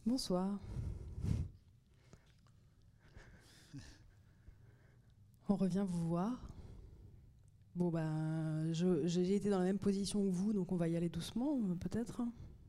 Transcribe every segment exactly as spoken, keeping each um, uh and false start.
Bonsoir. On revient vous voir. Bon, ben, je- j'ai été dans la même position que vous, donc on va y aller doucement, euh, peut-être.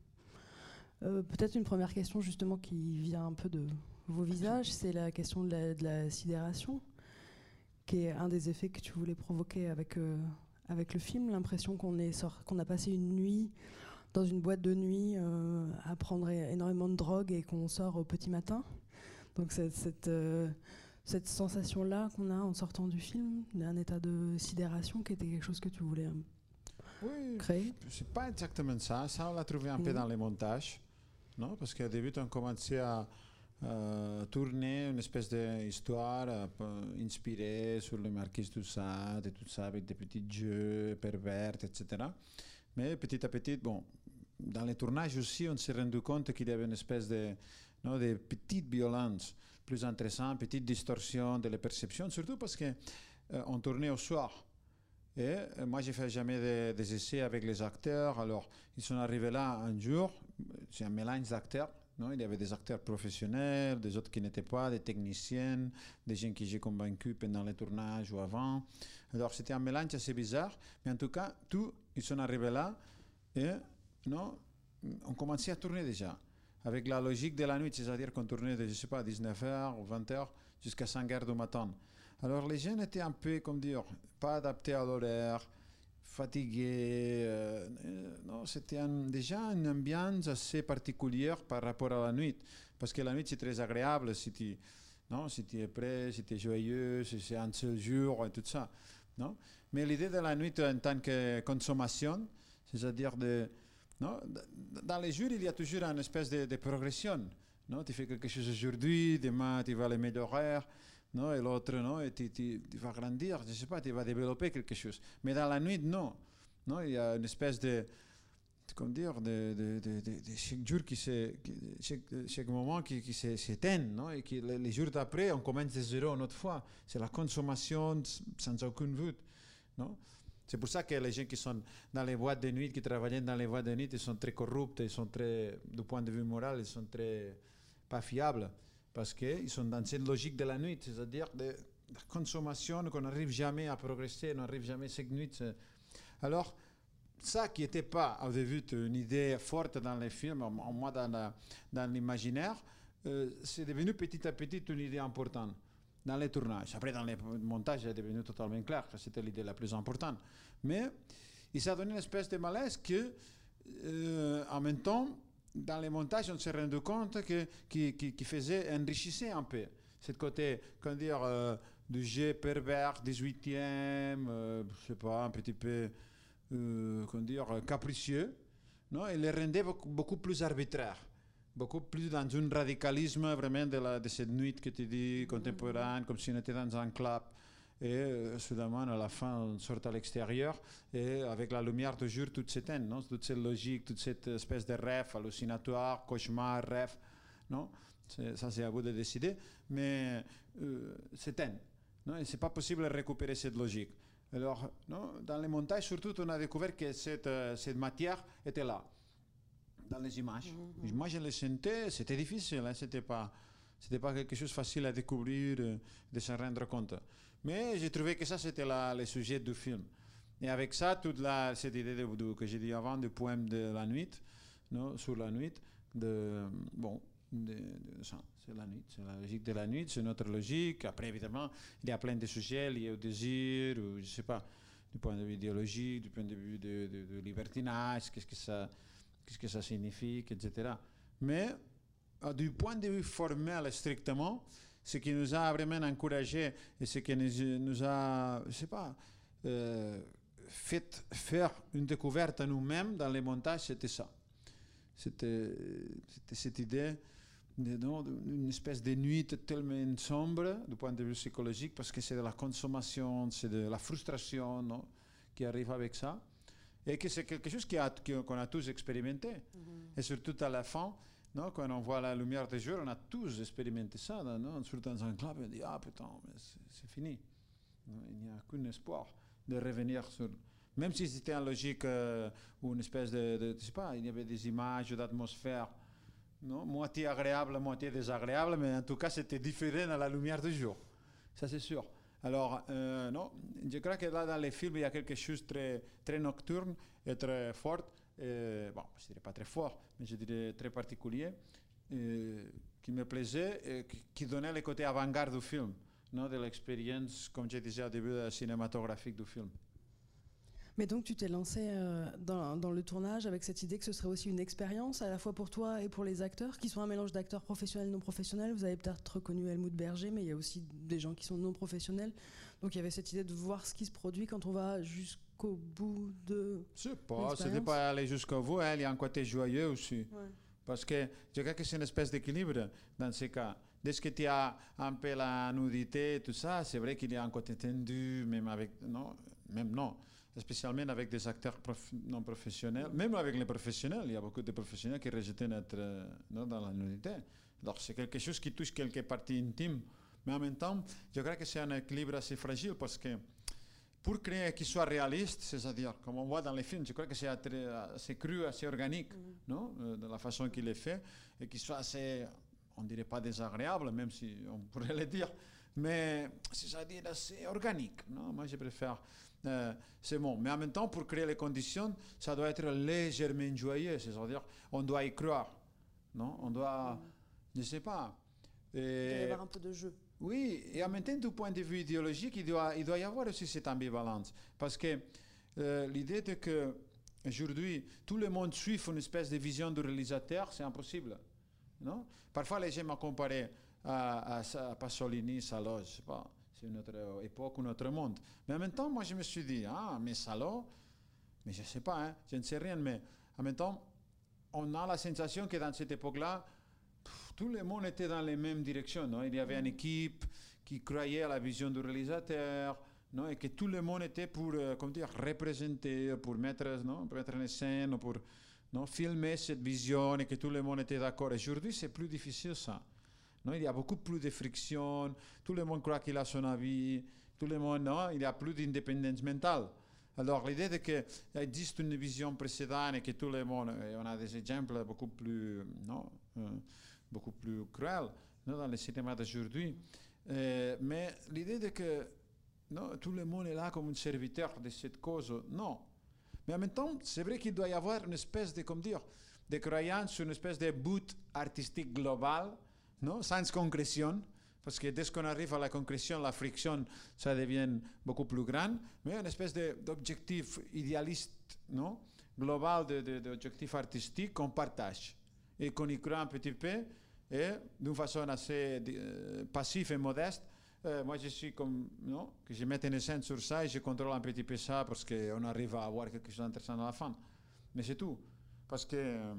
Euh, peut-être une première question, justement, qui vient un peu de vos visages, c'est la question de la, de la sidération, qui est un des effets que tu voulais provoquer avec, euh, avec le film, l'impression qu'on est sort- qu'on a passé une nuit dans une boîte de nuit euh, à prendre énormément de drogue et qu'on sort au petit matin. Donc cette, cette, euh, cette sensation-là qu'on a en sortant du film, d'un état de sidération qui était quelque chose que tu voulais euh, Oui, créer. c'est pas exactement ça. Ça, on l'a trouvé un peu Non. dans les montages. Non? Parce qu'au début, on commençait à euh, tourner une espèce d'histoire un peu inspirée sur le Marquis de Sade et tout ça, avec des petits jeux pervers, et cetera. Mais petit à petit, bon, dans les tournages aussi, on s'est rendu compte qu'il y avait une espèce de, non, de petite violence plus intéressante, petite distorsion de la perception, surtout parce qu'on euh, tournait au soir. Et euh, moi, j'ai fait jamais de- des essais avec les acteurs. Alors, ils sont arrivés là un jour. C'est un mélange d'acteurs. Non? Il y avait des acteurs professionnels, des autres qui n'étaient pas, des techniciens, des gens que j'ai convaincus pendant les tournages ou avant. Alors, c'était un mélange assez bizarre. Mais en tout cas, tous, ils sont arrivés là et non, on commençait à tourner déjà. Avec la logique de la nuit, c'est-à-dire qu'on tournait de, je sais pas, dix-neuf heures ou vingt heures jusqu'à cinq heures du matin. Alors les jeunes étaient un peu, comme dire, pas adaptés à l'horaire, fatigués. euh, euh, non, c'était un- déjà une ambiance assez particulière par rapport à la nuit. Parce que la nuit, c'est très agréable si tu, non, si tu es prêt, si tu es joyeux, si c'est un seul jour et tout ça. Non? Mais l'idée de la nuit en tant que consommation, c'est-à-dire de... Non? Dans les jours, il y a toujours une espèce de, de progression. Non? Tu fais quelque chose aujourd'hui, demain tu vas l'améliorer. Non, et l'autre, non, et tu, tu, tu vas grandir, je ne sais pas, tu vas développer quelque chose. Mais dans la nuit, non. Non, il y a une espèce de, comment dire, de, de, de, de, de chaque jour qui se, qui, chaque, chaque moment qui, qui s'éteint, non, et qui, les, les jours d'après, on commence de zéro une autre fois. C'est la consommation sans aucune but, non. C'est pour ça que les gens qui sont dans les boîtes de nuit, qui travaillent dans les boîtes de nuit, ils sont très corrupts, ils sont très, du point de vue moral, ils sont très pas fiables. Parce qu'ils sont dans cette logique de la nuit, c'est-à-dire de la consommation, qu'on n'arrive jamais à progresser, on n'arrive jamais à cette nuit. Alors, ça qui n'était pas au début une idée forte dans les films, au moins dans, la, dans l'imaginaire, euh, c'est devenu petit à petit une idée importante dans les tournages. Après, dans les montages, c'est devenu totalement clair que c'était l'idée la plus importante. Mais il s'est donné une espèce de malaise que, euh, en même temps, dans les montages, on s'est rendu compte que, qui, qui, qui faisait enrichissait un peu. Ce côté, comment dire, euh, du jeu pervers, dix-huitième, euh, je sais pas, un petit peu, euh, comment dire, capricieux, non? Et les rendait beaucoup, beaucoup plus arbitraires, beaucoup plus dans un radicalisme vraiment de, la, de cette nuit que tu dis, contemporaine, comme si on était dans un club. Et euh, soudainement, à la fin, on sort à l'extérieur et avec la lumière de jour, tout s'éteint, non? Toute cette logique, toute cette espèce de rêve hallucinatoire, cauchemar, rêve, non? C'est, ça, c'est à vous de décider, mais euh, s'éteint, non? Et c'est pas possible de récupérer cette logique. Alors, non? Dans les montages, surtout, on a découvert que cette, euh, cette matière était là, dans les images. Mm-hmm. Moi, je le sentais, c'était difficile, hein? C'était pas, c'était pas quelque chose de facile à découvrir, euh, de s'en rendre compte. Mais j'ai trouvé que ça, c'était la, le sujet du film. Et avec ça, toute la, cette idée de, de, que j'ai dit avant, du poème de la nuit, non, sur la nuit, de, bon, de, de ça, c'est la nuit, c'est la logique de la nuit, c'est notre logique. Après, évidemment, il y a plein de sujets liés au désir, ou je sais pas, du point de vue idéologique, du point de vue de, de, de libertinage, qu'est-ce que ça, qu'est-ce que ça signifie, et cetera. Mais, euh, du point de vue formel, strictement, ce qui nous a vraiment encouragé et ce qui nous, nous a, je sais pas, euh, fait faire une découverte à nous-mêmes dans les montages, c'était ça. C'était, c'était cette idée d'une espèce de nuit tellement sombre du point de vue psychologique parce que c'est de la consommation, c'est de la frustration, non, qui arrive avec ça et que c'est quelque chose qui a, qu'on a tous expérimenté. Mm-hmm. Et surtout à la fin, non, quand on voit la lumière du jour, on a tous expérimenté ça. Non? On sort dans un club et on dit « Ah putain, mais c'est, c'est fini. » Non? Il n'y a aucun espoir de revenir sur... Même si c'était en logique euh, ou une espèce de, de... Je sais pas, il y avait des images d'atmosphère non, moitié agréable, moitié désagréable, mais en tout cas, c'était différent à la lumière du jour. Ça, c'est sûr. Alors, euh, non, je crois que là, dans les films, il y a quelque chose de très, très nocturne et très fort. Et, bon, je ne dirais pas très fort, mais je dirais très particulier, et, qui me plaisait et qui, qui donnait le côté avant-garde du film, non, de l'expérience, comme je disais au début, cinématographique du film. Mais donc tu t'es lancé euh, dans, dans le tournage avec cette idée que ce serait aussi une expérience à la fois pour toi et pour les acteurs, qui sont un mélange d'acteurs professionnels et non professionnels. Vous avez peut-être reconnu Helmut Berger, mais il y a aussi des gens qui sont non professionnels. Donc il y avait cette idée de voir ce qui se produit quand on va jusqu'au bout de Je sais pas, c'était pas aller jusqu'au bout, hein, il y a un côté joyeux aussi. Ouais. Parce que je crois que c'est une espèce d'équilibre dans ces cas. Dès que tu as un peu la nudité et tout ça, c'est vrai qu'il y a un côté tendu, même avec... Non, même non. Spécialement avec des acteurs prof, non professionnels, même avec les professionnels, il y a beaucoup de professionnels qui rejettent notre, euh, non, dans la nudité. Alors c'est quelque chose qui touche quelques parties intimes, mais en même temps, je crois que c'est un équilibre assez fragile parce que pour créer qu'il soit réaliste, c'est-à-dire, comme on voit dans les films, je crois que c'est assez cru, assez organique, mm-hmm. non, euh, de la façon qu'il est fait, et qu'il soit assez, on ne dirait pas désagréable, même si on pourrait le dire, mais c'est-à-dire assez organique. Non, moi je préfère... Euh, c'est bon, mais en même temps, pour créer les conditions, ça doit être légèrement joyeux, c'est-à-dire, on doit y croire, non, on doit, mmh. je ne sais pas. Et, il doit y avoir un peu de jeu. Oui, et en même temps, du point de vue idéologique, il doit, il doit y avoir aussi cette ambivalence, parce que euh, l'idée est que aujourd'hui, tout le monde suit une espèce de vision du réalisateur, c'est impossible, non? Parfois, les gens m'ont comparé à, à, à Pasolini, Salo, je ne sais pas. C'est une autre époque, un autre monde. Mais en même temps, moi, je me suis dit, ah, mais Salo, mais je ne sais pas, hein, je ne sais rien, mais en même temps, on a la sensation que dans cette époque-là, pff, tout le monde était dans les mêmes directions. Non? Il y avait une équipe qui croyait à la vision du réalisateur, non? Et que tout le monde était pour, euh, comment dire, représenter, pour mettre, non? Pour mettre en scène, pour non? filmer cette vision, et que tout le monde était d'accord. Aujourd'hui, c'est plus difficile, ça. Non, il y a beaucoup plus de friction, tout le monde croit qu'il a son avis, tout le monde, non, il n'y a plus d'indépendance mentale. Alors l'idée de qu'il existe une vision précédente et que tout le monde, et on a des exemples beaucoup plus, non, euh, beaucoup plus cruels non, dans le cinéma d'aujourd'hui, euh, mais l'idée de que non, tout le monde est là comme un serviteur de cette cause, non. Mais en même temps, c'est vrai qu'il doit y avoir une espèce de, comme dire, de croyance, une espèce de but artistique global, non, sans concrétion, parce que dès qu'on arrive à la concrétion, la friction, ça devient beaucoup plus grand, mais une espèce d'objectif idéaliste, non, global d'objectif artistique qu'on partage et qu'on y croit un petit peu, et d'une façon assez euh, passive et modeste. Euh, moi, je suis comme, non, que je mette une scène sur ça et je contrôle un petit peu ça parce qu'on arrive à avoir quelque chose d'intéressant à la fin. Mais c'est tout, parce que euh,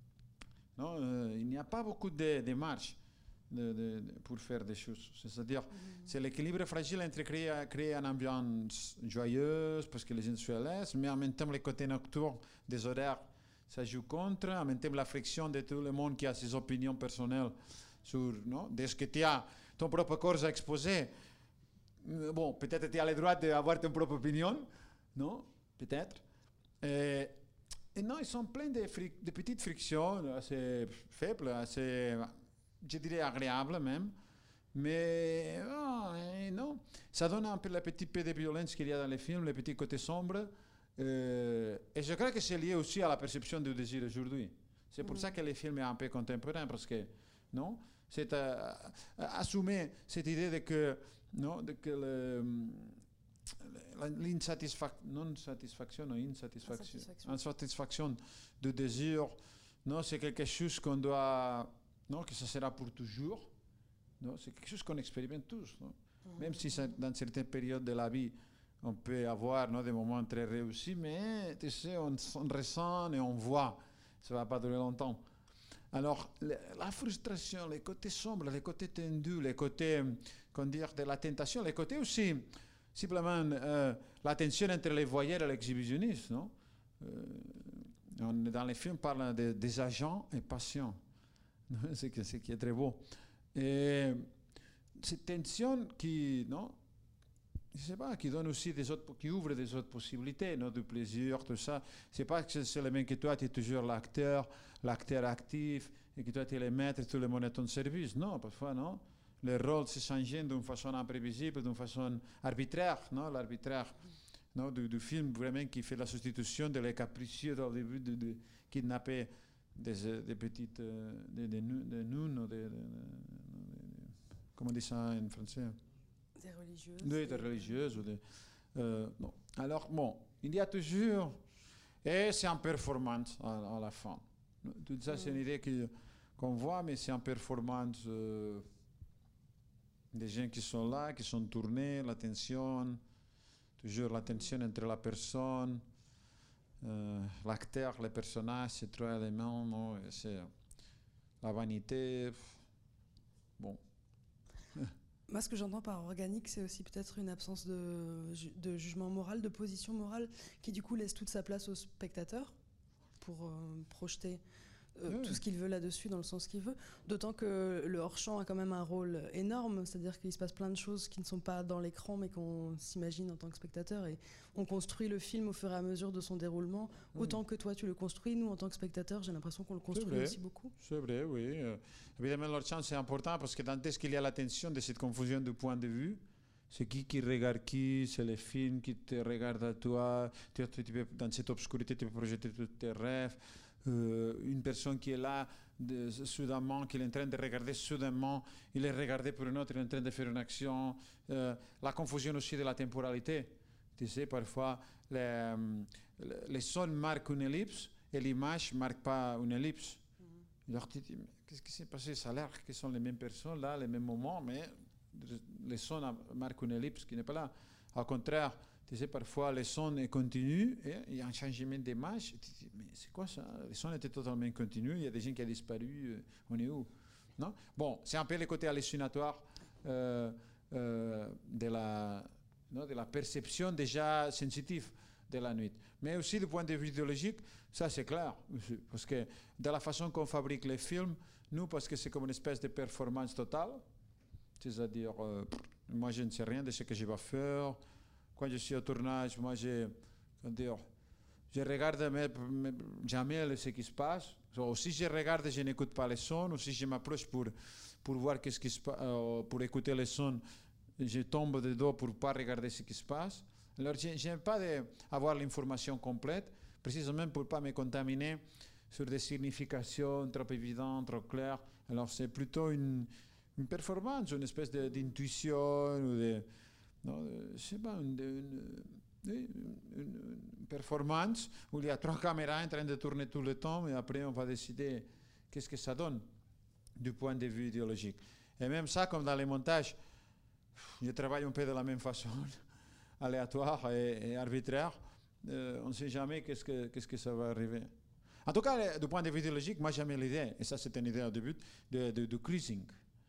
non, euh, il n'y a pas beaucoup de, de marge. De, de, de, pour faire des choses. C'est-à-dire, mmh. c'est l'équilibre fragile entre créer, créer une ambiance joyeuse, parce que les gens sont à l'aise, mais en même temps, le côté nocturne des horaires, ça joue contre, en même temps, la friction de tout le monde qui a ses opinions personnelles sur, non? Dès que tu as ton propre corps à exposer, bon, peut-être tu as le droit d'avoir ton propre opinion, non? Peut-être. Et, et non, ils sont pleins de, fri- de petites frictions assez faibles, assez... je dirais agréable même, mais oh, non, ça donne un peu le petit peu de violence qu'il y a dans les films, le petit côté sombre, euh, et je crois que c'est lié aussi à la perception du désir aujourd'hui. C'est pour mmh. ça que les films sont un peu contemporains, parce que, non, c'est euh, assumer cette idée de que, non, de que le, l'insatisfaction, non satisfaction, non, insatisfaction, insatisfaction du désir, non, c'est quelque chose qu'on doit... Non, que ça sera pour toujours. Non, c'est quelque chose qu'on expérimente tous. Non? Mmh. Même si ça, dans certaines périodes de la vie, on peut avoir non, des moments très réussis, mais tu sais, on, on ressent et on voit. Ça ne va pas durer longtemps. Alors, le, la frustration, les côtés sombres, les côtés tendus, les côtés, comment dire, de la tentation, les côtés aussi, simplement, euh, la tension entre les voyeurs et l'exhibitionniste. Non? Euh, on, dans les films, on parle de, des agents et patients. C'est ce qui est très beau. Et cette tension qui, non, je sais pas, qui donne aussi des autres, qui ouvre des autres possibilités, non, du plaisir, tout ça. C'est pas que c'est le même que toi, tu es toujours l'acteur, l'acteur actif, et que toi tu es le maître, tout le monde est à ton service. Non, parfois non. Les rôles se changent d'une façon imprévisible, d'une façon arbitraire, non, l'arbitraire non, du, du film vraiment qui fait la substitution de les capricieux au début de, de kidnapper des, des petites euh, des, des, des nonnes, des, des, des, comment on dit ça en français? Des religieuses. Oui, des religieuses. Ou des, euh, bon. Alors bon, il y a toujours, et c'est en performance à, à la fin. Tout ça, mm. c'est une idée qui, qu'on voit, mais c'est en performance. Euh, des gens qui sont là, qui sont tournés, l'attention, toujours l'attention entre la personne, euh, l'acteur, les personnages, c'est trois éléments, non, c'est la vanité. Bon. Moi, ce que j'entends par organique, c'est aussi peut-être une absence de, de jugement moral, de position morale, qui du coup laisse toute sa place au spectateur pour euh, projeter Euh, oui. tout ce qu'il veut là-dessus dans le sens qu'il veut, d'autant que le hors-champ a quand même un rôle énorme, c'est-à-dire qu'il se passe plein de choses qui ne sont pas dans l'écran mais qu'on s'imagine en tant que spectateur, et on construit le film au fur et à mesure de son déroulement, mmh. autant que toi tu le construis. Nous en tant que spectateurs, j'ai l'impression qu'on le construit aussi beaucoup. C'est vrai, oui. Euh, évidemment l'hors-champ c'est important parce que dès qu'il y a l'attention de cette confusion de point de vue, c'est qui qui regarde qui, c'est le film qui te regarde à toi, tu, tu, tu peux, dans cette obscurité tu peux projeter tous tes rêves. Euh, une personne qui est là de, soudainement, qui est en train de regarder soudainement, il est regardé pour une autre, il est en train de faire une action. Euh, la confusion aussi de la temporalité. Tu sais, parfois, les, les sons marquent une ellipse et l'image ne marque pas une ellipse. Mm-hmm. Alors tu te dis, qu'est-ce qui s'est passé? Ça a l'air que ce sont les mêmes personnes là, les mêmes moments, mais les sons marquent une ellipse qui n'est pas là. Au contraire, tu sais, parfois, les sons est continu et il y a un changement d'image. Tu te dis, mais c'est quoi ça? Les sons étaient totalement continus, il y a des gens qui ont disparu, euh, on est où? Non? Bon, c'est un peu le côté hallucinatoire euh, euh, de, la, non, de la perception déjà sensitive de la nuit. Mais aussi du point de vue idéologique, ça c'est clair. Parce que de la façon qu'on fabrique les films, nous, parce que c'est comme une espèce de performance totale, c'est-à-dire, euh, moi je ne sais rien de ce que je vais faire. Quand je suis au tournage, moi, je, dire, je regarde mais, mais jamais ce qui se passe. So, si je regarde, je n'écoute pas les sons. Ou si je m'approche pour, pour voir qu'est-ce qui se passe, euh, pour écouter les sons, je tombe de dos pour ne pas regarder ce qui se passe. Alors, je n'aime pas avoir l'information complète, précisément pour ne pas me contaminer sur des significations trop évidentes, trop claires. Alors, c'est plutôt une, une performance, une espèce d'intuition ou de... Non, je sais pas, une, une, une, une performance où il y a trois caméras en train de tourner tout le temps et après on va décider qu'est-ce que ça donne du point de vue idéologique. Et même ça, comme dans les montages, je travaille un peu de la même façon, aléatoire et, et arbitraire. Euh, on ne sait jamais qu'est-ce que, qu'est-ce que ça va arriver. En tout cas, du point de vue idéologique, moi j'aimais l'idée, et ça c'était une idée au début, de, de, de cruising.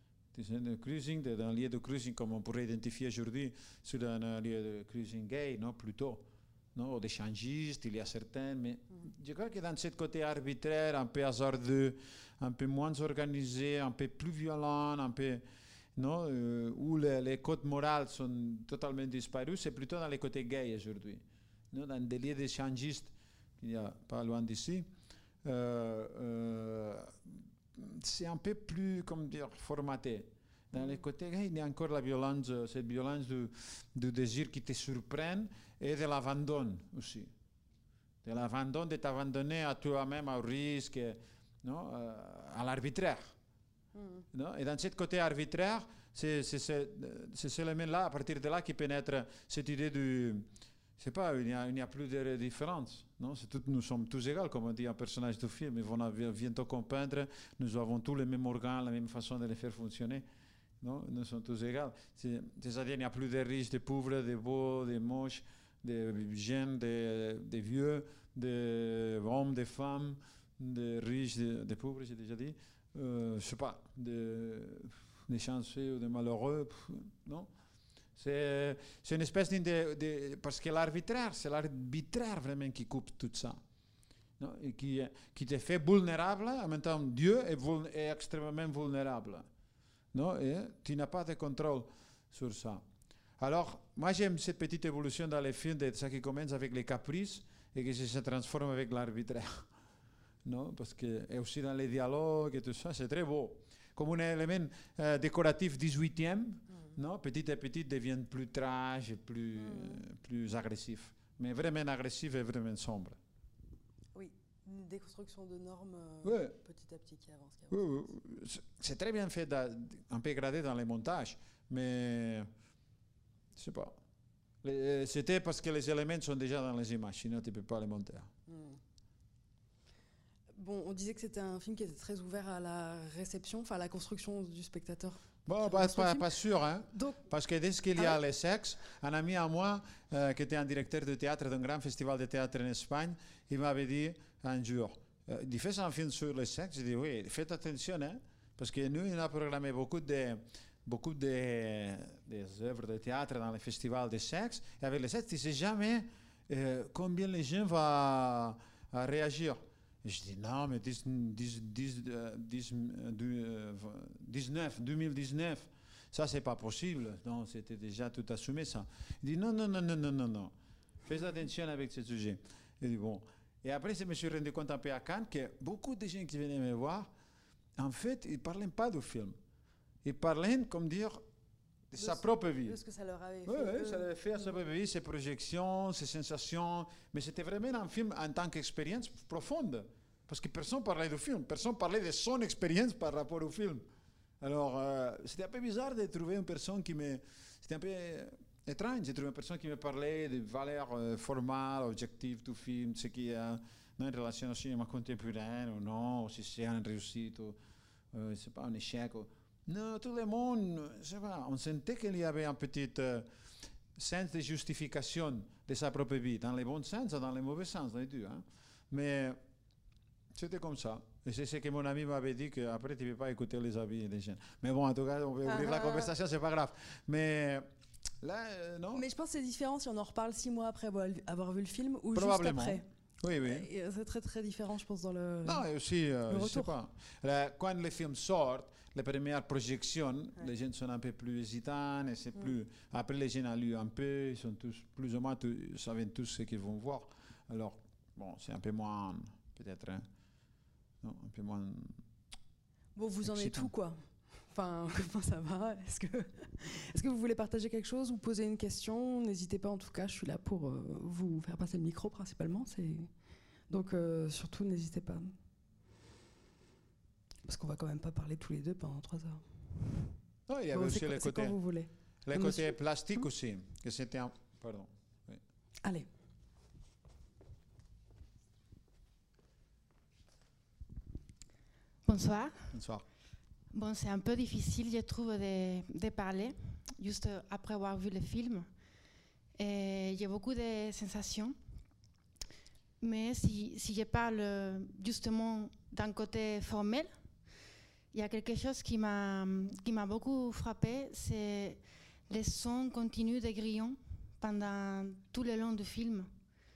De cruising, d'un lieu de cruising comme on pourrait identifier aujourd'hui sur un lieu de cruising gay, non, plutôt, non, d'échangistes, il y a certains, mais mm. je crois que dans ce côté arbitraire, un peu hasardeux, un peu moins organisé, un peu plus violent, un peu, non, euh, où les, les codes moraux sont totalement disparus, c'est plutôt dans les côtés gays aujourd'hui, non, dans des lieux d'échangistes, il n'y a pas loin d'ici. Euh, euh, c'est un peu plus, comment dire, formaté. Dans les côtés, il y a encore la violence, cette violence du, du désir qui te surprend et de l'abandon aussi. De l'abandon, de t'abandonner à toi-même, au risque, non, à l'arbitraire. Mm. Non? Et dans ce côté arbitraire, c'est ce élément-là, à partir de là, qui pénètre cette idée du... Je sais pas, il n'y a, a plus de différence. Non? Tout, nous sommes tous égaux, comme on dit un personnage de film. Ils vont bientôt comprendre, nous avons tous les mêmes organes, la même façon de les faire fonctionner. Non? Nous sommes tous égaux. C'est-à-dire qu'il n'y a plus de riches, de pauvres, de beaux, de moches, de jeunes, de, de vieux, d'hommes, de, de femmes, de riches, de, de pauvres, j'ai déjà dit. Euh, je ne sais pas, de, de chanceux ou de malheureux. Non? C'est une espèce de, de... Parce que l'arbitraire, c'est l'arbitraire vraiment qui coupe tout ça. Non? Et qui, qui te fait vulnérable, en même temps Dieu est, est extrêmement vulnérable. Non? Et tu n'as pas de contrôle sur ça. Alors, moi j'aime cette petite évolution dans les films de ça qui commence avec les caprices et qui se transforme avec l'arbitraire. non? Parce que, et aussi dans les dialogues et tout ça, c'est très beau. Comme un élément euh, décoratif dix-huitième, mm. non? Petit à petit deviennent plus trash et plus, mm. euh, plus agressif. Mais vraiment agressif et vraiment sombre. Oui, une déconstruction de normes euh, ouais. petit à petit qui avance. Qui avance. Oui, oui. C'est très bien fait, un peu gradé dans les montages, mais je sais pas. C'était parce que les éléments sont déjà dans les images, sinon tu ne peux pas les monter. Mm. Bon, on disait que c'était un film qui était très ouvert à la réception, enfin à la construction du spectateur. Bon, pas, pas, pas sûr, hein. Donc, parce que dès qu'il y a ah ouais. les sexes, un ami à moi, euh, qui était un directeur de théâtre d'un grand festival de théâtre en Espagne, il m'avait dit un jour, euh, il fait un film sur le sexe. J'ai dit, oui, faites attention, hein, parce que nous, on a programmé beaucoup de, beaucoup de, des œuvres de théâtre dans les festivals de sexe, et avec les sexes, tu ne sais jamais euh, combien les gens vont réagir. Et je dis non, mais dix-neuf, deux mille dix-neuf, ça c'est pas possible. Non, c'était déjà tout assumé ça. Il dit non, non, non, non, non, non, non. Fais attention avec ce sujet. Il dit bon. Et après, je me suis rendu compte un peu à Cannes que beaucoup de gens qui venaient me voir, en fait, ils ne parlaient pas du film. Ils parlaient, comme dire, de sa propre vie. De ce que ça leur avait fait. Oui, oui, ça avait fait à sa propre vie, ses projections, ses sensations. Mais c'était vraiment un film en tant qu'expérience profonde. Parce que personne ne parlait du film. Personne parlait de son expérience par rapport au film. Alors, euh, c'était un peu bizarre de trouver une personne qui me... C'était un peu étrange de trouver une personne qui me parlait des valeurs euh, formales, objectives du film, ce qui a une relation au cinéma contemporain ou non, ou si c'est une réussite ou euh, c'est pas un échec. Ou... Non, tout le monde, je sais pas, on sentait qu'il y avait un petit euh, sens de justification de sa propre vie, dans le bon sens ou dans le mauvais sens, dans les deux. Hein. Mais c'était comme ça. Et c'est ce que mon ami m'avait dit, qu'après tu ne peux pas écouter les avis des gens. Mais bon, en tout cas, on peut ouvrir ah la conversation, c'est pas grave. Mais là, euh, non. Mais je pense que c'est différent si on en reparle six mois après avoir vu le film ou juste après. Oui, oui. Euh, c'est très très différent, je pense, dans le. Non, et aussi, euh, je sais pas. Là, quand les films sortent, les premières projections, ouais. les gens sont un peu plus hésitants, et c'est plus. Mm. Après, les gens ont lu un peu, ils sont tous plus ou moins, tous, ils savent tous ce qu'ils vont voir. Alors, bon, c'est un peu moins, peut-être, hein, non, un peu moins. Bon, vous excitant. En êtes où, quoi? Enfin, comment ça va? Est-ce que, est-ce que vous voulez partager quelque chose ou poser une question? N'hésitez pas, en tout cas, je suis là pour euh, vous faire passer le micro principalement. C'est... Donc, euh, surtout, n'hésitez pas. Parce qu'on va quand même pas parler tous les deux pendant trois heures. Non, il y avait bon, aussi c'est, les c'est côtés, quand vous voulez. les côtés plastiques hum? aussi. Que c'était un... Pardon. Oui. Allez. Bonsoir. Bonsoir. Bon, c'est un peu difficile, je trouve, de, de parler, juste après avoir vu le film. Et j'ai beaucoup de sensations. Mais si, si je parle justement d'un côté formel, il y a quelque chose qui m'a, qui m'a beaucoup frappé, c'est les sons continus des grillons pendant tout le long du film.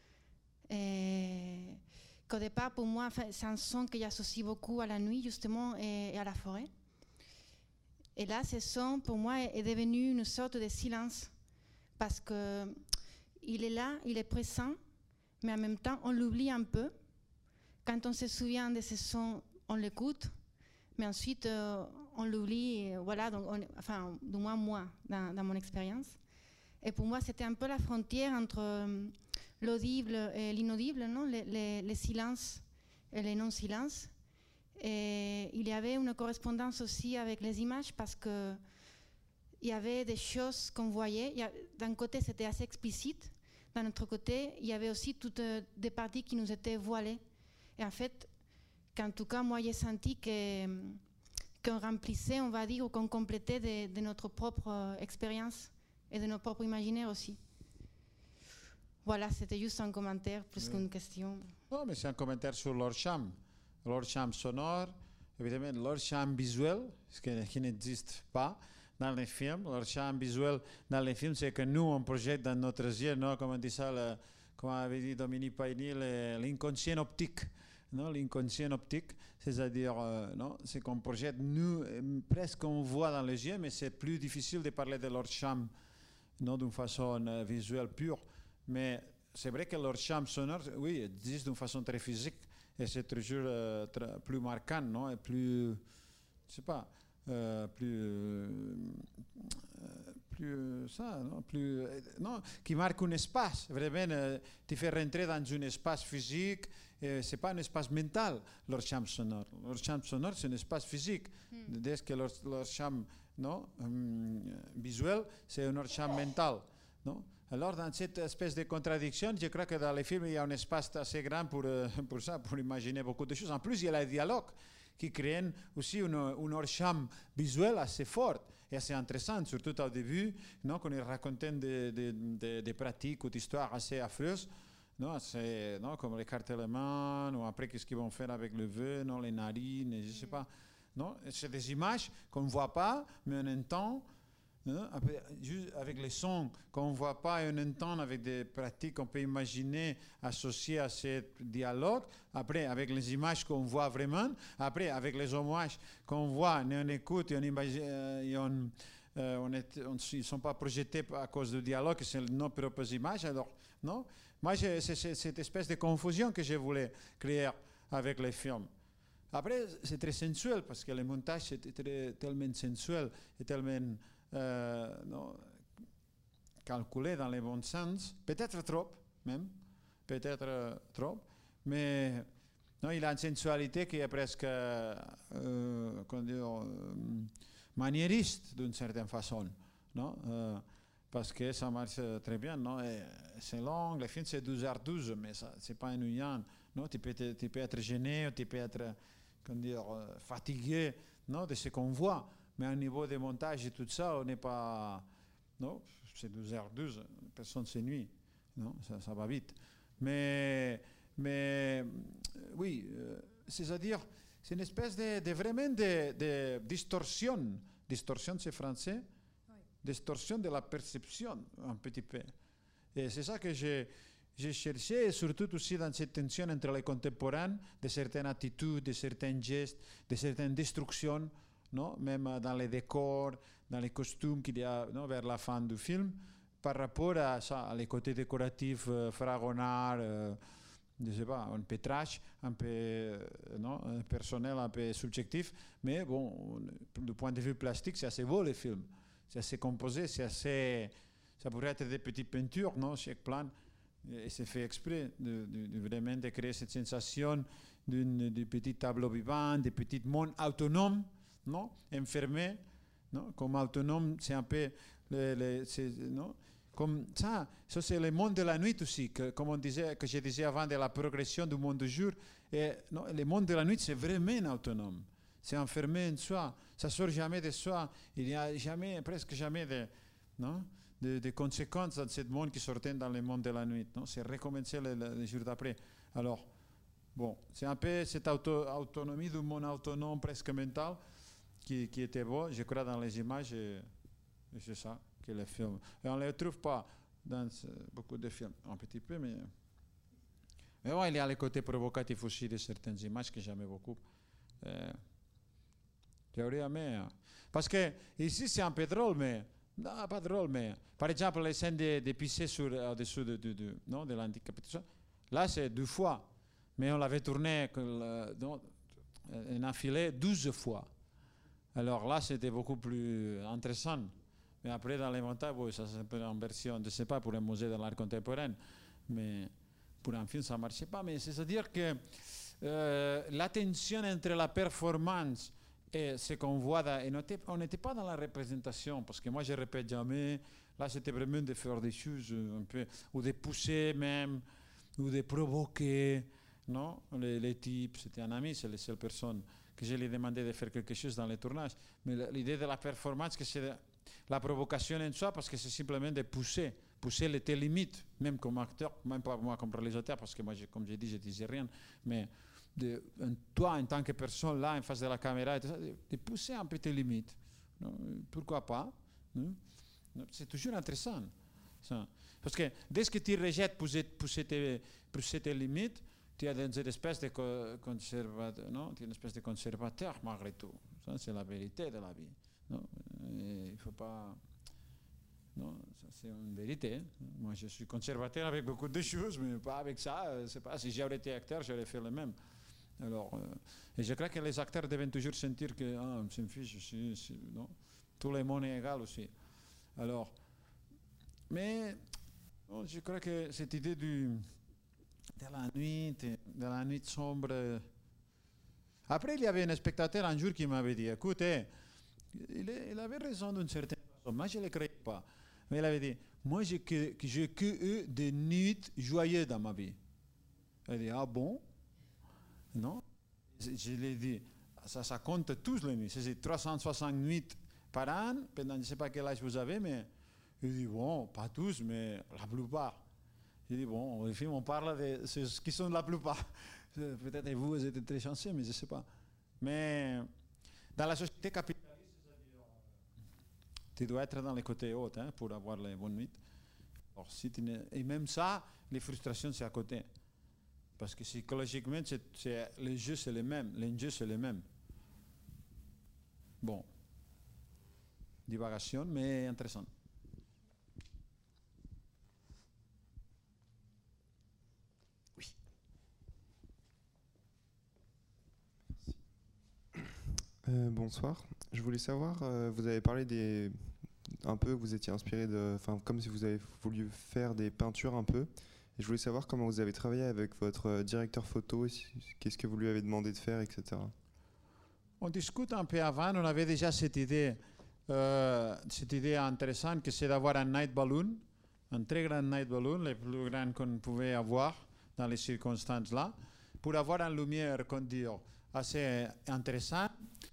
Et qu'au départ, pour moi, c'est un son que j'associe beaucoup à la nuit, justement, et, et à la forêt. Et là, ce son, pour moi, est devenu une sorte de silence, parce qu'il est là, il est présent, mais en même temps, on l'oublie un peu. Quand on se souvient de ce son, on l'écoute, mais ensuite, euh, on l'oublie, voilà, donc on, enfin, du moins moi, dans, dans mon expérience. Et pour moi, c'était un peu la frontière entre euh, l'audible et l'inaudible, non, les, les, les silences et les non-silences. Et il y avait une correspondance aussi avec les images parce que il y avait des choses qu'on voyait. Il y a, d'un côté, c'était assez explicite. D'un autre côté, il y avait aussi toutes euh, des parties qui nous étaient voilées. Et en fait, qu'en tout cas, moi, j'ai senti que, qu'on remplissait, on va dire, ou qu'on complétait de, de notre propre euh, expérience et de notre propre imaginaire aussi. Voilà, c'était juste un commentaire plus oui. qu'une question. Non, mais c'est un commentaire sur leur chambre. Leur chambre sonore, évidemment, leur chambre visuelle, ce qui n'existe pas dans les films. Leur chambre visuelle dans les films, c'est que nous, on projette dans notre yeux, non, comme on dit ça, le, comme avait dit Dominique Paigny, l'inconscient optique. Non, l'inconscient optique, c'est-à-dire, euh, non, c'est qu'on projette, nous, presque on voit dans les yeux, mais c'est plus difficile de parler de leur chambre, non, d'une façon euh, visuelle pure. Mais c'est vrai que leur chambre sonore, oui, existe d'une façon très physique. et c'est toujours euh, plus marquant, non? Et plus, je sais pas, euh, plus, euh, plus ça, non? Plus, non? Qui marque un espace, vraiment, euh, tu fais rentrer dans un espace physique, et c'est pas un espace mental, leur chambre sonore. Leur chambre sonore, c'est un espace physique. Mm. Dès que leur, leur chambre, non? Um, visuelle, c'est une chambre mentale, non? Alors, dans cette espèce de contradiction, je crois que dans les films, il y a un espace assez grand pour, euh, pour ça, pour imaginer beaucoup de choses. En plus, il y a les dialogues qui créent aussi une, une chambre visuelle assez forte et assez intéressante, surtout au début, non, quand ils racontaient des, des, des, des pratiques ou des histoires assez affreuses, non, c'est, non, comme l'écartèlement, ou après, qu'est-ce qu'ils vont faire avec le vœu, non, les narines, je ne sais pas. Non, c'est des images qu'on ne voit pas, mais on entend. Après, juste avec les sons qu'on ne voit pas et on entend, avec des pratiques qu'on peut imaginer associées à ce dialogue. Après, avec les images qu'on voit vraiment. Après, avec les hommages qu'on voit, on écoute et on imagine, et on, euh, on est, on, ils ne sont pas projetés à cause du dialogue, c'est nos propres images. Alors, non? Moi, c'est cette espèce de confusion que je voulais créer avec les films. Après, c'est très sensuel parce que le montage est tellement sensuel et tellement Euh, non, calculé dans les bons sens, peut-être trop même, peut-être euh, trop, mais non, il a une sensualité qui est presque euh, comment dire, euh, maniériste d'une certaine façon, non? Euh, parce que ça marche très bien, non? C'est long, le film c'est douze heures douze, mais ça c'est pas ennuyant, non? Tu peux, tu peux être gêné, tu peux être comment dire, fatigué, non, de ce qu'on voit. Mais au niveau des montages et tout ça, on n'est pas... Non, c'est douze heures douze, personne ne s'ennuie. Non, ça, ça va vite. Mais, mais oui, euh, c'est-à-dire, c'est une espèce de, de vraiment de, de distorsion. Distorsion, c'est français? Oui. Distorsion de la perception, un petit peu. Et c'est ça que j'ai... J'ai cherché, surtout aussi dans cette tension entre les contemporains, de certaines attitudes, de certains gestes, de certaines destructions, non? Même dans les décors, dans les costumes qu'il y a, non, vers la fin du film, par rapport à ça, à les côtés décoratifs, euh, fragonard, euh, je ne sais pas, un peu trash, un peu euh, non, personnel, un peu subjectif, mais bon, du point de vue plastique, c'est assez beau le film, c'est assez composé, c'est assez, ça pourrait être des petites peintures, non, chaque plan, et c'est fait exprès de, de, de vraiment de créer cette sensation d'un petit tableau vivant, de petits mondes autonomes, non, enfermé, non, comme autonome, c'est un peu, le, le, non, comme ça, ça c'est le monde de la nuit aussi, que, comme on disait, que je disais avant de la progression du monde du jour, et non, le monde de la nuit c'est vraiment autonome, c'est enfermé en soi, ça sort jamais de soi, il n'y a jamais, presque jamais de, non, de, de conséquences dans ce monde qui sortait dans le monde de la nuit, non, c'est recommencer le, le, le jour d'après. Alors, bon, c'est un peu cette auto, autonomie du monde autonome presque mental, Qui, qui était beau, je crois, dans les images, et, et c'est ça que le film. Et on ne le trouve pas dans beaucoup de films, un petit peu, mais. Mais bon, il y a le côté provocatif aussi de certaines images que j'aime beaucoup. Euh, J'aurais aimé. Parce que ici, c'est un peu drôle, mais. Non, pas drôle, mais. Par exemple, les scènes de, de pisser sur, au-dessous de, de, de, non, de l'anticapitation, là, c'est deux fois. Mais on l'avait tourné, non, on a filé douze fois. Alors là, c'était beaucoup plus intéressant. Mais après, dans les montages, oui, ça c'est en version, je ne sais pas, pour un musée de l'art contemporain, mais pour un film, ça ne marchait pas. Mais c'est-à-dire que euh, la tension entre la performance et ce qu'on voit, dans, et on n'était pas dans la représentation, parce que moi, je ne répète jamais. Là, c'était vraiment de faire des choses un peu, ou de pousser même, ou de provoquer. Non, les, les types, c'était un ami, c'est la seule personne que je lui ai demandé de faire quelque chose dans les tournages. Mais l'idée de la performance, que c'est la provocation en soi, parce que c'est simplement de pousser, pousser les tes limites, même comme acteur, même pas moi comme réalisateur, parce que moi, je, comme j'ai dit, je ne disais rien, mais de, en, toi, en tant que personne, là, en face de la caméra, et tout ça, de, de pousser un peu tes limites. Non, pourquoi pas? C'est toujours intéressant. Ça. Parce que dès que tu rejettes pousser, pousser, tes, pousser tes limites, tu as une espèce de conservateur, non? Tu es une espèce de conservateur malgré tout. Ça, c'est la vérité de la vie. Non? Il ne faut pas. Non, ça c'est une vérité. Moi, je suis conservateur avec beaucoup de choses, mais pas avec ça. C'est pas. Si j'aurais été acteur, j'aurais fait le même. Alors, euh, et je crois que les acteurs devaient toujours sentir que ah, c'est une fiche, c'est, c'est, non, tout le monde est égal aussi. Alors, mais non, je crois que cette idée du, de la nuit, de la nuit sombre. Après, il y avait un spectateur un jour qui m'avait dit, écoutez, il, est, il avait raison d'une certaine façon, moi je ne le croyais pas. Mais il avait dit, moi j'ai que, j'ai que eu des nuits joyeuses dans ma vie. Il a dit, ah bon? Non? Je, je lui ai dit, ça, ça compte tous les nuits, c'est trois cent soixante nuits par an, pendant je ne sais pas quel âge vous avez, mais il dit, bon, pas tous, mais la plupart. Je dis, bon, au film, on parle de ceux qui sont la plupart. Peut-être que vous, vous êtes très chanceux, mais je ne sais pas. Mais dans la société capitaliste, tu dois être dans les côtés hauts hein, pour avoir les bonnes nuits. Alors, si tu et même ça, les frustrations, c'est à côté. Parce que psychologiquement, c'est, c'est, les jeux, c'est les mêmes. L'enjeu, c'est les mêmes. Bon. Divagation, mais intéressant. Euh, bonsoir. Je voulais savoir, euh, vous avez parlé des, un peu, vous étiez inspiré de, enfin, comme si vous avez voulu faire des peintures un peu. Et je voulais savoir comment vous avez travaillé avec votre directeur photo, qu'est-ce que vous lui avez demandé de faire, et cetera. On discute un peu avant, on avait déjà cette idée, euh, cette idée intéressante que c'est d'avoir un night balloon, un très grand night balloon, le plus grand qu'on pouvait avoir dans les circonstances là, pour avoir une lumière, qu'on dit, assez intéressante.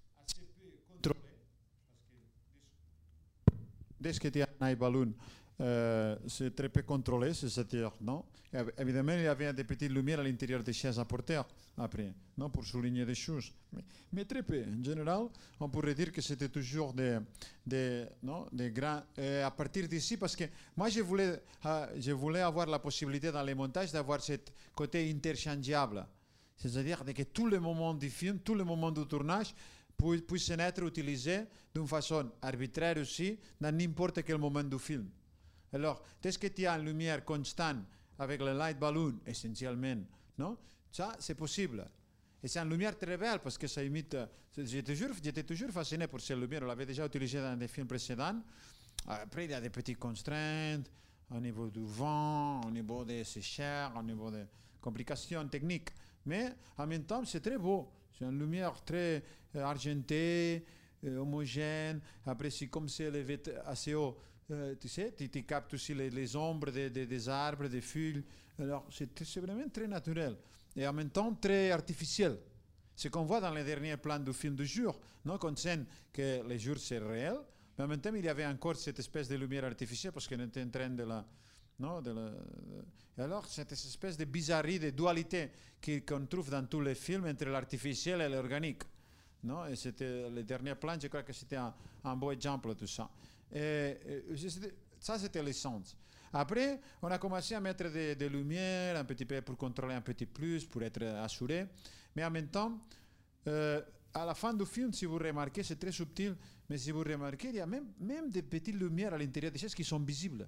Dès que tu as un night balloon, euh, c'est très peu contrôlé, c'est-à-dire, non? Évidemment, il y avait des petites lumières à l'intérieur des chaises à porter, après, non? Pour souligner des choses. Mais, mais très peu. En général, on pourrait dire que c'était toujours des, des, non? des grands... Euh, à partir d'ici, parce que moi, je voulais, euh, je voulais avoir la possibilité dans les montages d'avoir ce côté interchangeable. C'est-à-dire que tous les moments du film, tous les moments du tournage, puissent être utilisés d'une façon arbitraire aussi dans n'importe quel moment du film. Alors, dès que tu as une lumière constante avec le light balloon, essentiellement, non? Ça, c'est possible. Et c'est une lumière très belle parce que ça imite... J'étais toujours, j'étais toujours fasciné pour cette lumière. On l'avait déjà utilisée dans des films précédents. Après, il y a des petites contraintes au niveau du vent, au niveau des séchères, au niveau des complications techniques. Mais en même temps, c'est très beau. C'est une lumière très euh, argentée, euh, homogène. Après, c'est comme c'est élevé assez haut. Euh, tu sais, tu, tu captes aussi les, les ombres des, des, des arbres, des feuilles. Alors, c'est, c'est vraiment très naturel. Et en même temps, très artificiel. Ce qu'on voit dans les derniers plans du film du jour, non? Qu'on sent que le jour, c'est réel. Mais en même temps, il y avait encore cette espèce de lumière artificielle parce qu'on était en train de la... Non, de la, de, et alors, cette espèce de bizarrerie, de dualité qu'on trouve dans tous les films entre l'artificiel et l'organique. Non? Et c'était le dernier plan, je crois que c'était un, un beau exemple de tout ça. Et, et ça, c'était l'essence. Après, on a commencé à mettre des, des lumières un petit peu pour contrôler un petit plus, pour être assuré. Mais en même temps, euh, à la fin du film, si vous remarquez, c'est très subtil, mais si vous remarquez, il y a même, même des petites lumières à l'intérieur des choses qui sont visibles.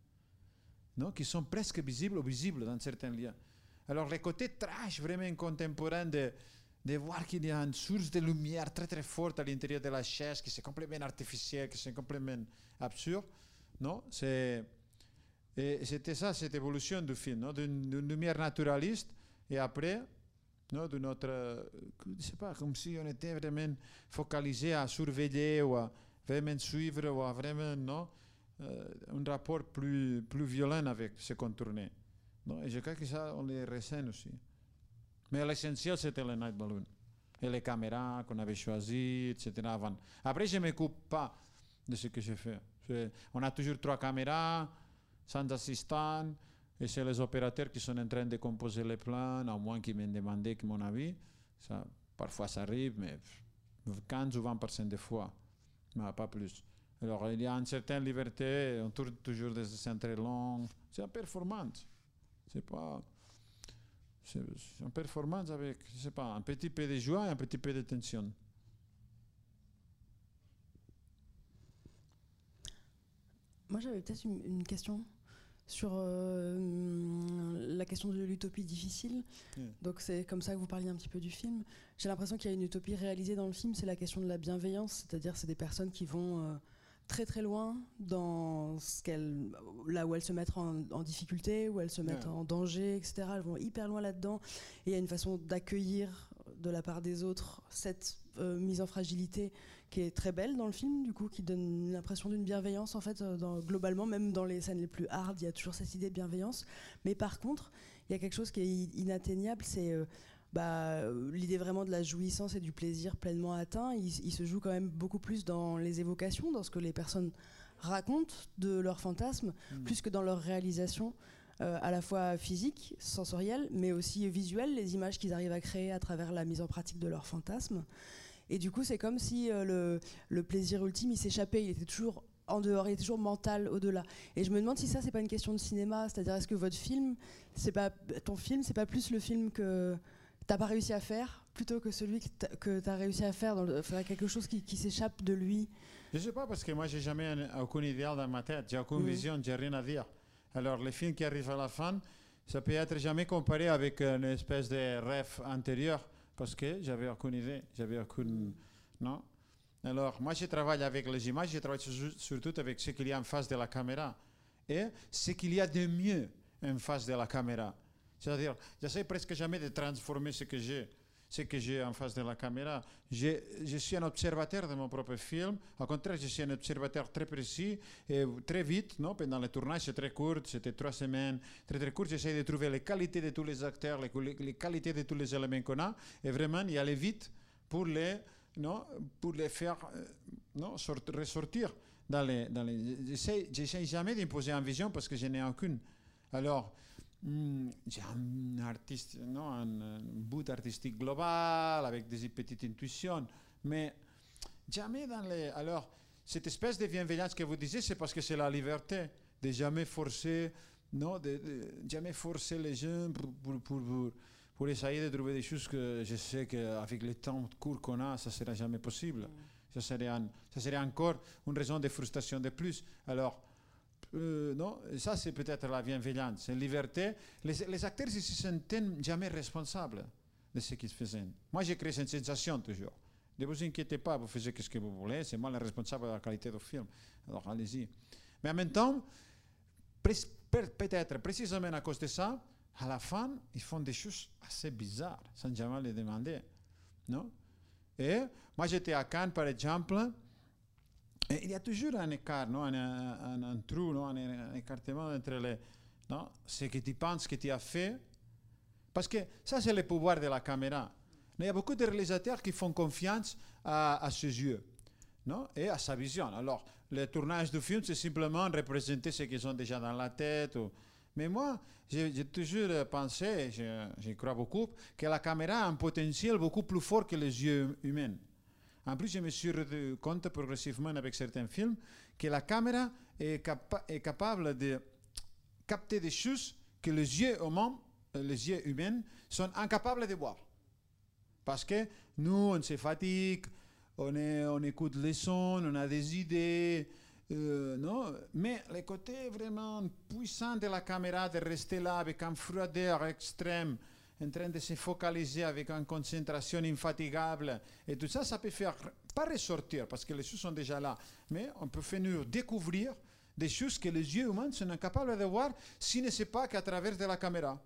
Non, qui sont presque visibles ou visibles dans certains lieux. Alors, le côté trash vraiment contemporain de, de voir qu'il y a une source de lumière très très forte à l'intérieur de la chaise, qui c'est complètement artificiel, qui c'est complètement absurde, non? C'est, et c'était ça, cette évolution du film, non? D'une, d'une lumière naturaliste, et après, non, d'une autre, je ne sais pas, comme si on était vraiment focalisé à surveiller ou à vraiment suivre ou à vraiment, non? Euh, un rapport plus, plus violent avec ce qu'on tournait. Non? Et je crois que ça, on les ressent aussi. Mais l'essentiel, c'était le night balloon. Et les caméras qu'on avait choisies, et cetera avant. Après, je ne me coupe pas de ce que j'ai fait. Je, on a toujours trois caméras, sans assistant, et c'est les opérateurs qui sont en train de composer les plans, à moins qu'ils m'aient demandé mon avis. Ça, parfois, ça arrive, mais quinze ou vingt pour cent des fois, mais pas plus. Alors, il y a une certaine liberté, on tourne toujours des scènes très longues. C'est une performance. C'est pas... C'est une performance avec, je sais pas, un petit peu de joie et un petit peu de tension. Moi, j'avais peut-être une, une question sur euh, la question de l'utopie difficile. Mm. Donc c'est comme ça que vous parliez un petit peu du film. J'ai l'impression qu'il y a une utopie réalisée dans le film, c'est la question de la bienveillance, c'est-à-dire c'est des personnes qui vont euh, très très loin dans ce qu'elles, là où elles se mettent en, en difficulté, où elles se mettent Ouais. en danger, et cetera. Elles vont hyper loin là-dedans. Et il y a une façon d'accueillir de la part des autres cette euh, mise en fragilité qui est très belle dans le film, du coup, qui donne l'impression d'une bienveillance, en fait, euh, dans, globalement, même dans les scènes les plus hard, il y a toujours cette idée de bienveillance. Mais par contre, il y a quelque chose qui est inatteignable, c'est euh, bah, euh, l'idée vraiment de la jouissance et du plaisir pleinement atteint. Il, il se joue quand même beaucoup plus dans les évocations, dans ce que les personnes racontent de leurs fantasmes, Mm. plus que dans leur réalisation, euh, à la fois physique, sensorielle, mais aussi visuelle, les images qu'ils arrivent à créer à travers la mise en pratique de leurs fantasmes. Et du coup, c'est comme si euh, le, le plaisir ultime, il s'échappait, il était toujours en dehors, il était toujours mental au-delà. Et je me demande si ça, c'est pas une question de cinéma, c'est-à-dire est-ce que votre film, c'est pas ton film, c'est pas plus le film que t'as pas réussi à faire, plutôt que celui que t'as, que t'as réussi à faire, dans le, faire quelque chose qui, qui s'échappe de lui. Je ne sais pas, parce que moi, j'ai jamais un- aucun idéal dans ma tête. J'ai aucune Mhm. vision, j'ai rien à dire. Alors, les films qui arrivent à la fin, ça peut être jamais comparé avec une espèce de rêve antérieur, parce que j'avais aucune idée, j'avais aucune... Non. Alors, moi, je travaille avec les images, je travaille sur- surtout avec ce qu'il y a en face de la caméra. Et ce qu'il y a de mieux en face de la caméra. C'est-à-dire, j'essaie presque jamais de transformer ce que j'ai. Ce que j'ai en face de la caméra. Je, je suis un observateur de mon propre film. Au contraire, je suis un observateur très précis et très vite. Non, pendant le tournage, c'est très court, c'était trois semaines. Très très court, j'essaie de trouver les qualités de tous les acteurs, les, les qualités de tous les éléments qu'on a, et vraiment y aller vite pour les, non, pour les faire euh, non, sort, ressortir. Dans les, dans les, j'essaie, j'essaie jamais d'imposer une vision parce que je n'ai aucune. Alors, Mm, j'ai un artiste, non, un, un bout artistique global avec des petites intuitions, mais jamais dans les. Alors, cette espèce de bienveillance que vous disiez, c'est parce que c'est la liberté de jamais forcer, non, de, de jamais forcer les gens pour, pour, pour, pour, pour essayer de trouver des choses que je sais qu'avec le temps court qu'on a, ça ne sera jamais possible. Mm. Ça, serait un, ça serait encore une raison de frustration de plus. Alors, Euh, non, ça c'est peut-être la bienveillance, la liberté. Les, les acteurs ne se sentaient jamais responsables de ce qu'ils faisaient. Moi j'ai créé cette sensation toujours. Ne vous inquiétez pas, vous faites ce que vous voulez, c'est moi le responsable de la qualité du film. Alors allez-y. Mais en même temps, peut-être précisément à cause de ça, à la fin, ils font des choses assez bizarres, sans jamais les demander. Non? Et moi j'étais à Cannes par exemple. Et il y a toujours un écart, non? un, un, un trou, non? un, un écartement entre les, non? ce que tu penses que tu as fait. Parce que ça, c'est le pouvoir de la caméra. Mais il y a beaucoup de réalisateurs qui font confiance à, à ses yeux, non? Et à sa vision. Alors, le tournage du film, c'est simplement représenter ce qu'ils ont déjà dans la tête. Ou... Mais moi, j'ai, j'ai toujours pensé, je, je crois beaucoup, que la caméra a un potentiel beaucoup plus fort que les yeux humains. En plus, je me suis rendu compte progressivement avec certains films que la caméra est, capa- est capable de capter des choses que les yeux humains, les yeux humains sont incapables de voir. Parce que nous, on se fatigue, on, est, on écoute les sons, on a des idées, euh, non? Mais le côté vraiment puissant de la caméra, de rester là avec une froideur extrême, en train de se focaliser avec une concentration infatigable. Et tout ça, ça peut faire, pas ressortir, parce que les choses sont déjà là, mais on peut faire nous découvrir des choses que les yeux humains sont incapables de voir si ne c'est pas qu'à travers de la caméra.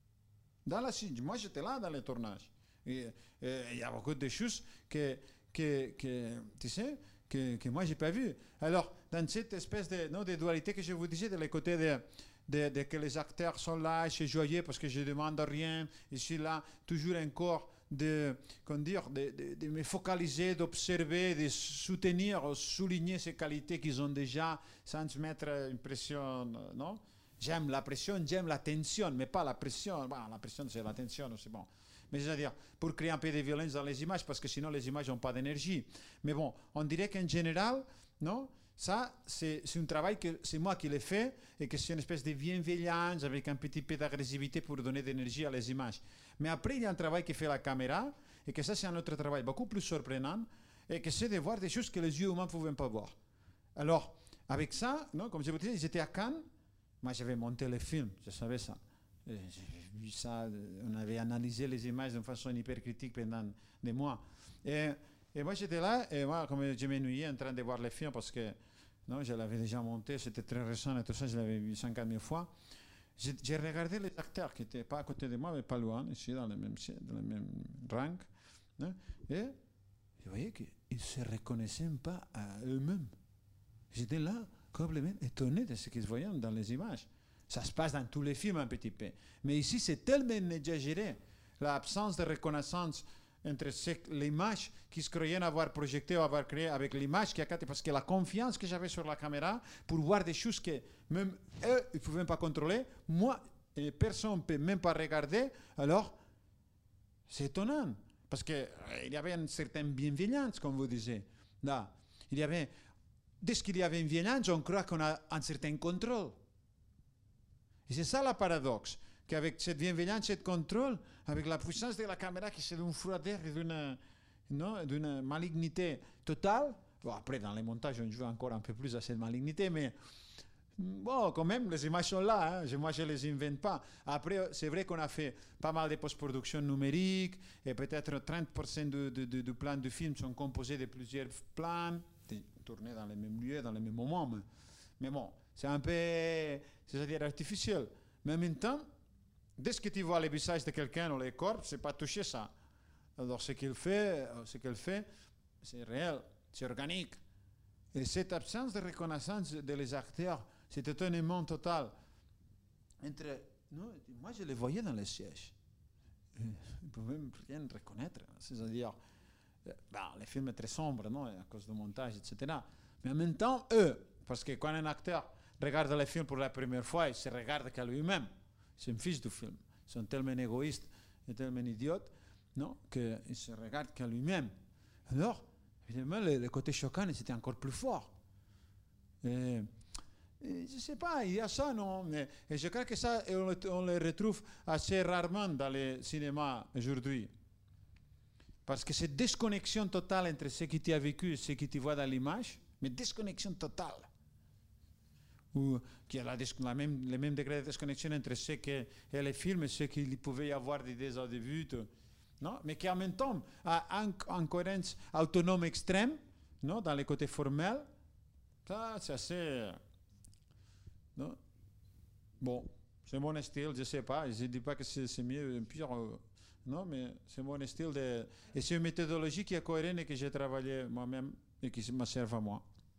Dans la, moi, j'étais là dans le tournage. Il y a beaucoup de choses que, que, que tu sais, que, que moi, je n'ai pas vues. Alors, dans cette espèce de, non, de dualité que je vous disais, de le côté de... De, de que les acteurs sont là, je suis joyeux parce que je ne demande rien, je suis là toujours encore de, dire, de, de, de me focaliser, d'observer, de soutenir, souligner ces qualités qu'ils ont déjà sans se mettre une pression, non? J'aime la pression, j'aime la tension, mais pas la pression. Bon, la pression, c'est la tension, c'est bon. Mais c'est-à-dire, pour créer un peu de violence dans les images, parce que sinon les images n'ont pas d'énergie. Mais bon, on dirait qu'en général, non? Ça, c'est, c'est un travail que c'est moi qui l'ai fait et que c'est une espèce de bienveillance avec un petit peu d'agressivité pour donner de l'énergie à les images. Mais après, il y a un travail que fait la caméra et que ça, c'est un autre travail beaucoup plus surprenant et que c'est de voir des choses que les yeux humains ne pouvaient pas voir. Alors, avec ça, non, comme je vous disais, j'étais à Cannes, Moi, j'avais monté le film, je savais ça. J'ai vu ça, on avait analysé les images d'une façon hyper critique pendant des mois. Et, et moi, j'étais là, et moi, comme je m'ennuyais en train de voir le film, parce que non, je l'avais déjà monté, c'était très récent et tout ça, je l'avais vu cinquante mille fois. J'ai, j'ai regardé les acteurs qui n'étaient pas à côté de moi, mais pas loin, ici, dans le même, dans le même rang. Hein, et je voyais qu'ils ne se reconnaissaient pas à eux-mêmes. J'étais là, complètement étonné de ce qu'ils voyaient dans les images. Ça se passe dans tous les films un petit peu. Mais ici, c'est tellement exagéré, l'absence de reconnaissance entre l'image qu'ils se croyaient avoir projetée ou avoir créée avec l'image qui a capté. Parce que la confiance que j'avais sur la caméra pour voir des choses que même eux, ils ne pouvaient pas contrôler, moi, et personne ne peut même pas regarder, alors c'est étonnant. Parce qu'il euh, y avait une certaine bienveillance, comme vous disiez. Là, il y avait, dès qu'il y avait une bienveillance, on croit qu'on a un certain contrôle. Et c'est ça le paradoxe, qu'avec cette bienveillance, ce contrôle, avec la puissance de la caméra qui c'est d'une froideur et d'une, non, d'une malignité totale. Bon, après, dans les montages, on joue encore un peu plus à cette malignité, mais bon, quand même, les images sont là, hein. Moi, je ne les invente pas. Après, c'est vrai qu'on a fait pas mal de post-production numérique, et peut-être trente pour cent du, du, du, du plan du film sont composés de plusieurs plans, tournés dans les mêmes lieux, dans les mêmes moments. Mais, mais bon, c'est un peu, c'est-à-dire artificiel. Mais en même temps, dès que tu vois le visage de quelqu'un ou les corps, c'est pas toucher ça. Alors ce qu'il fait, ce qu'elle fait, c'est réel, c'est organique. Et cette absence de reconnaissance des de acteurs, cet étonnement total. Entre, non, moi, je les voyais dans les sièges. Ils ne pouvaient rien reconnaître. C'est-à-dire, ben, le film est très sombre, non, à cause du montage, et cetera. Mais en même temps, eux, parce que quand un acteur regarde le film pour la première fois, il se regarde qu'à lui-même. C'est un fils du film. Ils sont tellement égoïstes et tellement idiotes, non, qu'il se regarde qu'à lui-même. Alors, évidemment, le, le côté choquant, c'était encore plus fort. Et, et je ne sais pas, il y a ça, non, mais et je crois que ça, on le, on le retrouve assez rarement dans les cinémas aujourd'hui. Parce que cette déconnexion totale entre ce que tu as vécu et ce que tu vois dans l'image, mais déconnexion totale. Ou qu'il y a la, la même, le même degré de déconnexion entre ce qu'est le film et ce qu'il pouvait y avoir d'idées au début. Tout. Non? Mais qui en même temps a une cohérence autonome extrême, non? Dans les côtés formels. Ça, c'est assez... Non? Bon, c'est mon style, je ne sais pas. Je ne dis pas que c'est mieux ou pire. Euh, non, mais c'est mon style. De, et c'est une méthodologie qui est cohérente et que j'ai travaillé moi-même et qui me sert à moi.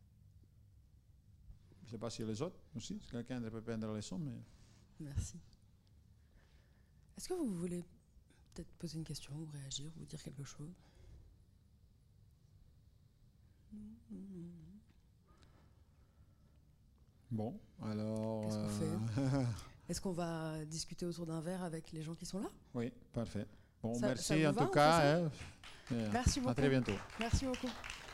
Je ne sais pas si les autres aussi, si quelqu'un peut prendre la leçon, mais... Merci. Est-ce que vous voulez peut-être poser une question ou réagir ou dire quelque chose? Bon, alors... Qu'est-ce qu'on euh... fait? Est-ce qu'on va discuter autour d'un verre avec les gens qui sont là? Oui, parfait. Bon, ça, merci ça en va, tout cas. Hein, merci beaucoup. à très bientôt. Merci beaucoup.